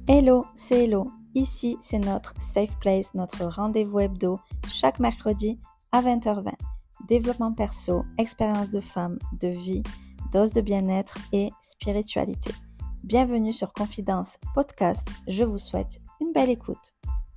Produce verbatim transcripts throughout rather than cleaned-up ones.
Hello, c'est Hello. Ici, c'est notre Safe Place, notre rendez-vous hebdo, chaque mercredi à vingt heures vingt. Développement perso, expérience de femme, de vie, dose de bien-être et spiritualité. Bienvenue sur Confidence Podcast. Je vous souhaite une belle écoute.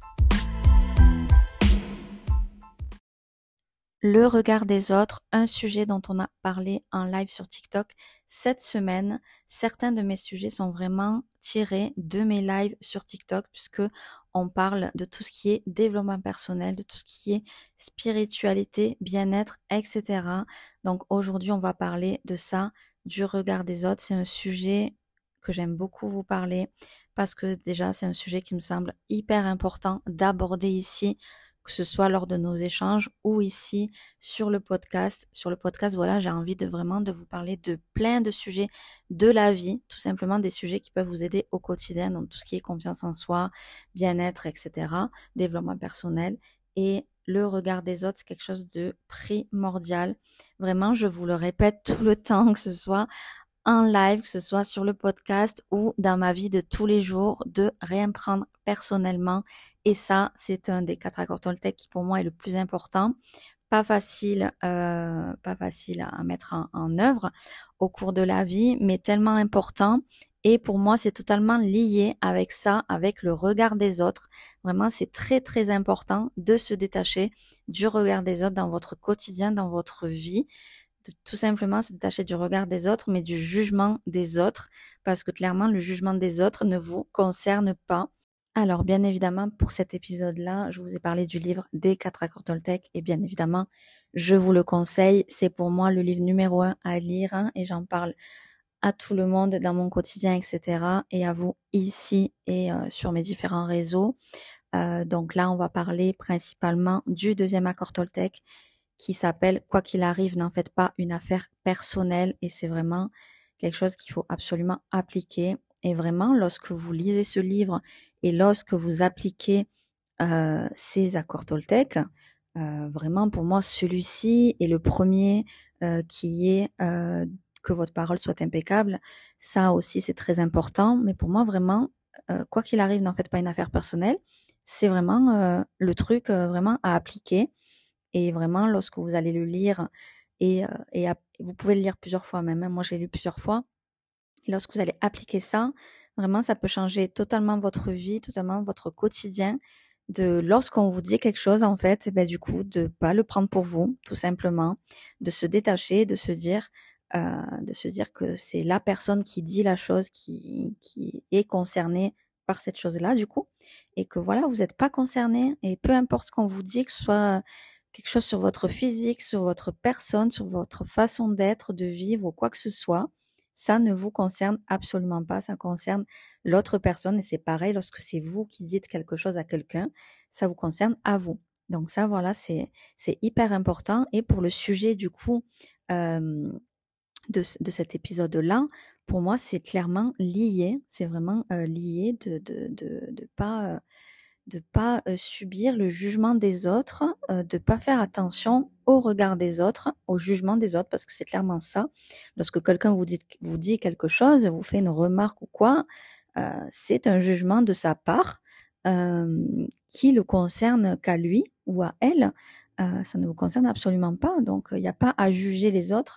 Le regard des autres, un sujet dont on a parlé en live sur TikTok cette semaine. Certains de mes sujets sont vraiment tirés de mes lives sur TikTok puisque on parle de tout ce qui est développement personnel, de tout ce qui est spiritualité, bien-être, et cetera. Donc aujourd'hui, on va parler de ça, du regard des autres. C'est un sujet que j'aime beaucoup vous parler parce que déjà, c'est un sujet qui me semble hyper important d'aborder ici, que ce soit lors de nos échanges ou ici sur le podcast. Sur le podcast, voilà, j'ai envie de vraiment de vous parler de plein de sujets de la vie, tout simplement des sujets qui peuvent vous aider au quotidien, donc tout ce qui est confiance en soi, bien-être, et cetera, développement personnel. Et le regard des autres, c'est quelque chose de primordial. Vraiment, je vous le répète tout le temps, que ce soit en live, que ce soit sur le podcast ou dans ma vie de tous les jours, de rien prendre personnellement. Et ça, c'est un des quatre accords Toltec qui pour moi est le plus important. Pas facile, euh, pas facile à mettre en, en œuvre au cours de la vie, mais tellement important. Et pour moi, c'est totalement lié avec ça, avec le regard des autres. Vraiment, c'est très, très important de se détacher du regard des autres dans votre quotidien, dans votre vie. De tout simplement se détacher du regard des autres, mais du jugement des autres, parce que clairement, le jugement des autres ne vous concerne pas. Alors, bien évidemment, pour cet épisode-là, je vous ai parlé du livre des quatre accords Toltec, et bien évidemment, je vous le conseille. C'est pour moi le livre numéro un à lire, hein, et j'en parle à tout le monde dans mon quotidien, et cetera, et à vous ici et euh, sur mes différents réseaux. Euh, donc là, on va parler principalement du deuxième accord Toltec, qui s'appelle « Quoi qu'il arrive, n'en faites pas une affaire personnelle » et c'est vraiment quelque chose qu'il faut absolument appliquer. Et vraiment, lorsque vous lisez ce livre et lorsque vous appliquez euh, ces accords Toltec, euh, vraiment pour moi, celui-ci est le premier euh, qui est euh, que votre parole soit impeccable. Ça aussi, c'est très important. Mais pour moi, vraiment, euh, quoi qu'il arrive, n'en faites pas une affaire personnelle. C'est vraiment euh, le truc euh, vraiment à appliquer. Et vraiment, lorsque vous allez le lire, et, euh, et à, vous pouvez le lire plusieurs fois même, hein, moi j'ai lu plusieurs fois, lorsque vous allez appliquer ça, vraiment ça peut changer totalement votre vie, totalement votre quotidien, de lorsqu'on vous dit quelque chose en fait, ben, du coup de pas le prendre pour vous, tout simplement, de se détacher, de se dire, euh, de se dire que c'est la personne qui dit la chose qui, qui est concernée par cette chose-là du coup, et que voilà, vous n'êtes pas concerné, et peu importe ce qu'on vous dit, que ce soit quelque chose sur votre physique, sur votre personne, sur votre façon d'être, de vivre ou quoi que ce soit, ça ne vous concerne absolument pas, ça concerne l'autre personne et c'est pareil lorsque c'est vous qui dites quelque chose à quelqu'un, ça vous concerne à vous. Donc ça, voilà, c'est c'est hyper important. Et pour le sujet du coup euh, de, de cet épisode-là, pour moi, c'est clairement lié, c'est vraiment euh, lié de de de, de pas... Euh, de pas euh, subir le jugement des autres, euh, de pas faire attention au regard des autres, au jugement des autres, parce que c'est clairement ça. Lorsque quelqu'un vous dit, vous dit quelque chose, vous fait une remarque ou quoi, euh, c'est un jugement de sa part euh, qui le concerne qu'à lui ou à elle. Euh, ça ne vous concerne absolument pas. Donc, il n'y a pas à juger les autres.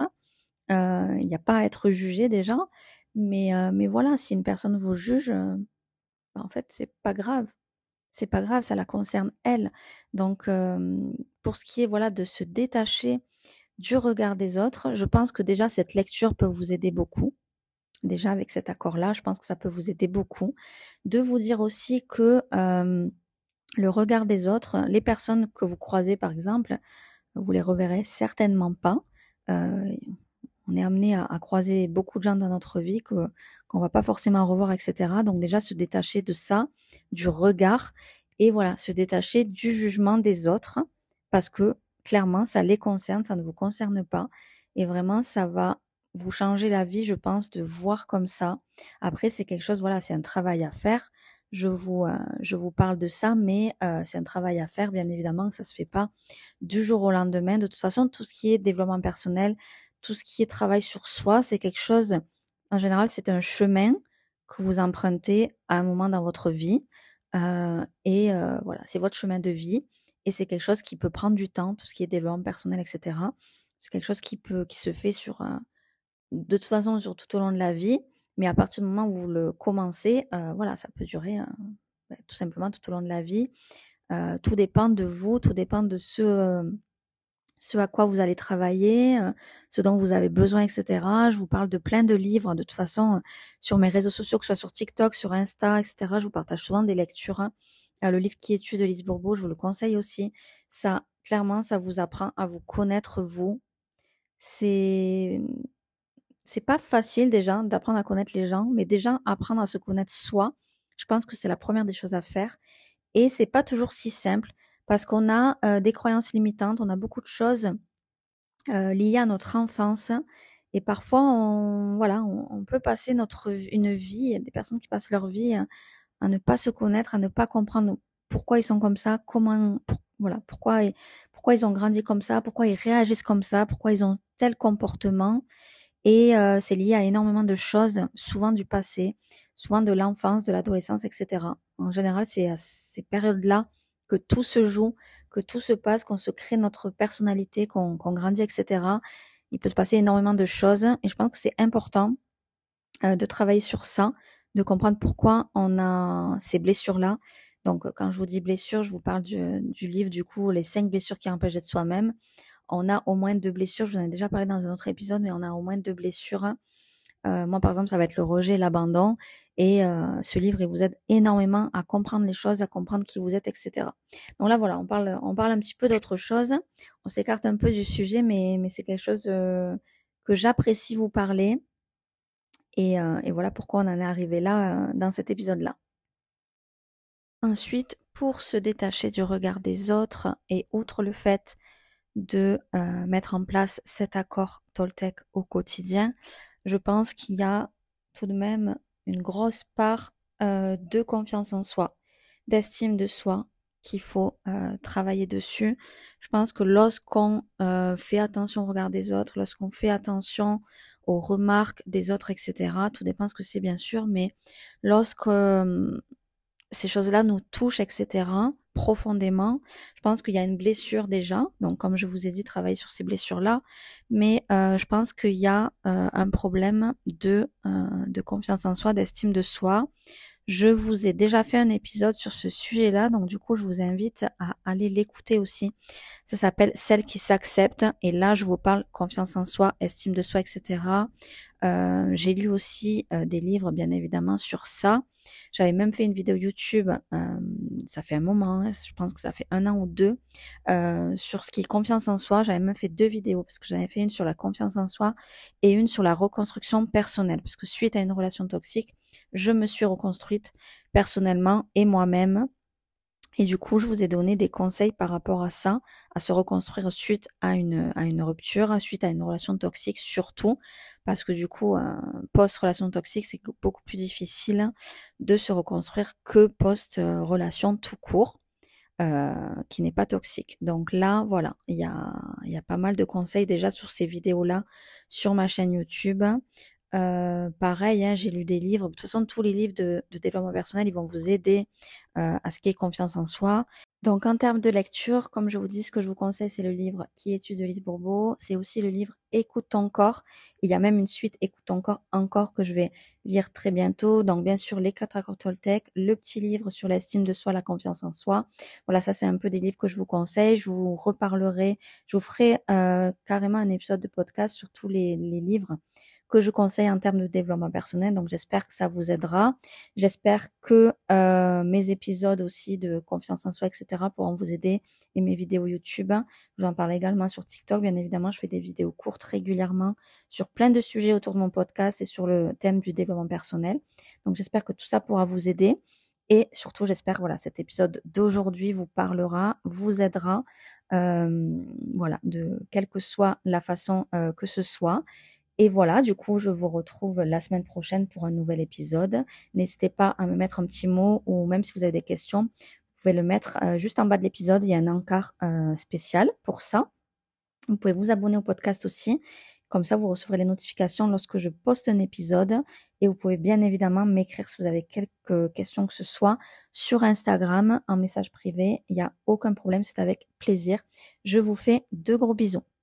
Euh, Il n'y a pas à être jugé déjà. Mais, euh, mais voilà, si une personne vous juge, euh, ben, en fait, c'est pas grave. C'est pas grave, ça la concerne elle. Donc, euh, pour ce qui est voilà de se détacher du regard des autres, je pense que déjà cette lecture peut vous aider beaucoup. Déjà avec cet accord-là, je pense que ça peut vous aider beaucoup. De vous dire aussi que euh, le regard des autres, les personnes que vous croisez par exemple, vous les reverrez certainement pas. Euh, on est amené à, à croiser beaucoup de gens dans notre vie que qu'on va pas forcément revoir, et cetera. Donc déjà se détacher de ça, du regard, et voilà, se détacher du jugement des autres, parce que clairement ça les concerne, ça ne vous concerne pas, et vraiment ça va vous changer la vie, je pense, de voir comme ça. Après c'est quelque chose, voilà, c'est un travail à faire. Je vous euh, je vous parle de ça, mais euh, c'est un travail à faire, bien évidemment, que ça se fait pas du jour au lendemain. De toute façon, tout ce qui est développement personnel, tout ce qui est travail sur soi, c'est quelque chose, en général, c'est un chemin que vous empruntez à un moment dans votre vie. Euh, et euh, voilà, c'est votre chemin de vie. Et c'est quelque chose qui peut prendre du temps, tout ce qui est développement personnel, et cetera. C'est quelque chose qui peut, qui se fait sur, euh, de toute façon, sur tout au long de la vie. Mais à partir du moment où vous le commencez, euh, voilà, ça peut durer euh, bah, tout simplement tout au long de la vie. Euh, tout dépend de vous, tout dépend de ce, euh, ce à quoi vous allez travailler, euh, ce dont vous avez besoin, et cetera. Je vous parle de plein de livres. De toute façon, euh, sur mes réseaux sociaux, que ce soit sur TikTok, sur Insta, et cetera, je vous partage souvent des lectures. Hein. Euh, le livre Qui es-tu de Lise Bourbeau, je vous le conseille aussi. Ça, clairement, ça vous apprend à vous connaître vous. C'est, c'est pas facile déjà d'apprendre à connaître les gens, mais déjà apprendre à se connaître soi. Je pense que c'est la première des choses à faire. Et c'est pas toujours si simple parce qu'on a euh, des croyances limitantes, on a beaucoup de choses euh, liées à notre enfance. Et parfois, on, voilà, on, on peut passer notre une vie, il y a des personnes qui passent leur vie à, à ne pas se connaître, à ne pas comprendre pourquoi ils sont comme ça, comment, pour- voilà, pourquoi, pourquoi ils ont grandi comme ça, pourquoi ils réagissent comme ça, pourquoi ils ont tel comportement. Et euh, c'est lié à énormément de choses, souvent du passé, souvent de l'enfance, de l'adolescence, et cetera. En général, c'est à ces périodes-là que tout se joue, que tout se passe, qu'on se crée notre personnalité, qu'on qu'on grandit, et cetera. Il peut se passer énormément de choses et je pense que c'est important euh, de travailler sur ça, de comprendre pourquoi on a ces blessures-là. Donc, quand je vous dis blessures, je vous parle du, du livre, du coup, les cinq blessures qui empêchent d'être soi-même. On a au moins deux blessures, je vous en ai déjà parlé dans un autre épisode, mais on a au moins deux blessures. Euh, moi, par exemple, ça va être le rejet, l'abandon. Et euh, ce livre, il vous aide énormément à comprendre les choses, à comprendre qui vous êtes, et cetera. Donc là, voilà, on parle, on parle un petit peu d'autre chose. On s'écarte un peu du sujet, mais, mais c'est quelque chose euh, que j'apprécie vous parler. Et, euh, et voilà pourquoi on en est arrivé là, euh, dans cet épisode-là. Ensuite, pour se détacher du regard des autres, et outre le fait de euh, mettre en place cet accord Toltec au quotidien, je pense qu'il y a tout de même une grosse part euh, de confiance en soi, d'estime de soi qu'il faut euh, travailler dessus. Je pense que lorsqu'on euh, fait attention au regard des autres, lorsqu'on fait attention aux remarques des autres, et cetera, tout dépend ce que c'est bien sûr, mais lorsque euh, ces choses-là nous touchent, et cetera, profondément. Je pense qu'il y a une blessure déjà, donc comme je vous ai dit, travailler sur ces blessures-là, mais euh, je pense qu'il y a euh, un problème de, euh, de confiance en soi, d'estime de soi. Je vous ai déjà fait un épisode sur ce sujet-là, donc du coup, je vous invite à aller l'écouter aussi. Ça s'appelle Celle qui s'accepte, et là, je vous parle confiance en soi, estime de soi, et cetera. Euh, j'ai lu aussi euh, des livres, bien évidemment, sur ça. J'avais même fait une vidéo YouTube, euh, ça fait un moment, hein, je pense que ça fait un an ou deux, euh, sur ce qui est confiance en soi. J'avais même fait deux vidéos, parce que j'avais fait une sur la confiance en soi et une sur la reconstruction personnelle, parce que suite à une relation toxique, je me suis reconstruite personnellement et moi-même. Et du coup, je vous ai donné des conseils par rapport à ça, à se reconstruire suite à une, à une rupture, suite à une relation toxique surtout, parce que du coup, euh, post-relation toxique, c'est beaucoup plus difficile de se reconstruire que post-relation tout court, euh, qui n'est pas toxique. Donc là, voilà, il y a, il y a pas mal de conseils déjà sur ces vidéos-là sur ma chaîne YouTube. Euh, pareil, hein, j'ai lu des livres. De toute façon, tous les livres de, de développement personnel, ils vont vous aider euh, à ce qui est confiance en soi. Donc, en termes de lecture, comme je vous dis, ce que je vous conseille, c'est le livre Qui es-tu de Lise Bourbeau. C'est aussi le livre Écoute ton corps. Il y a même une suite Écoute ton corps encore que je vais lire très bientôt. Donc, bien sûr, les quatre accords Toltec, le petit livre sur l'estime de soi, la confiance en soi. Voilà, ça, c'est un peu des livres que je vous conseille. Je vous reparlerai, je vous ferai euh, carrément un épisode de podcast sur tous les, les livres que je conseille en termes de développement personnel. Donc, j'espère que ça vous aidera. J'espère que euh, mes épisodes aussi de confiance en soi, et cetera pourront vous aider, et mes vidéos YouTube. Je vous en parle également sur TikTok. Bien évidemment, je fais des vidéos courtes régulièrement sur plein de sujets autour de mon podcast et sur le thème du développement personnel. Donc, j'espère que tout ça pourra vous aider. Et surtout, j'espère que voilà, cet épisode d'aujourd'hui vous parlera, vous aidera, euh, voilà, de quelle que soit la façon euh, que ce soit. Et voilà, du coup, je vous retrouve la semaine prochaine pour un nouvel épisode. N'hésitez pas à me mettre un petit mot, ou même si vous avez des questions, vous pouvez le mettre euh, juste en bas de l'épisode. Il y a un encart euh, spécial pour ça. Vous pouvez vous abonner au podcast aussi. Comme ça, vous recevrez les notifications lorsque je poste un épisode et vous pouvez bien évidemment m'écrire si vous avez quelques questions que ce soit sur Instagram en message privé. Il n'y a aucun problème, c'est avec plaisir. Je vous fais de gros bisous.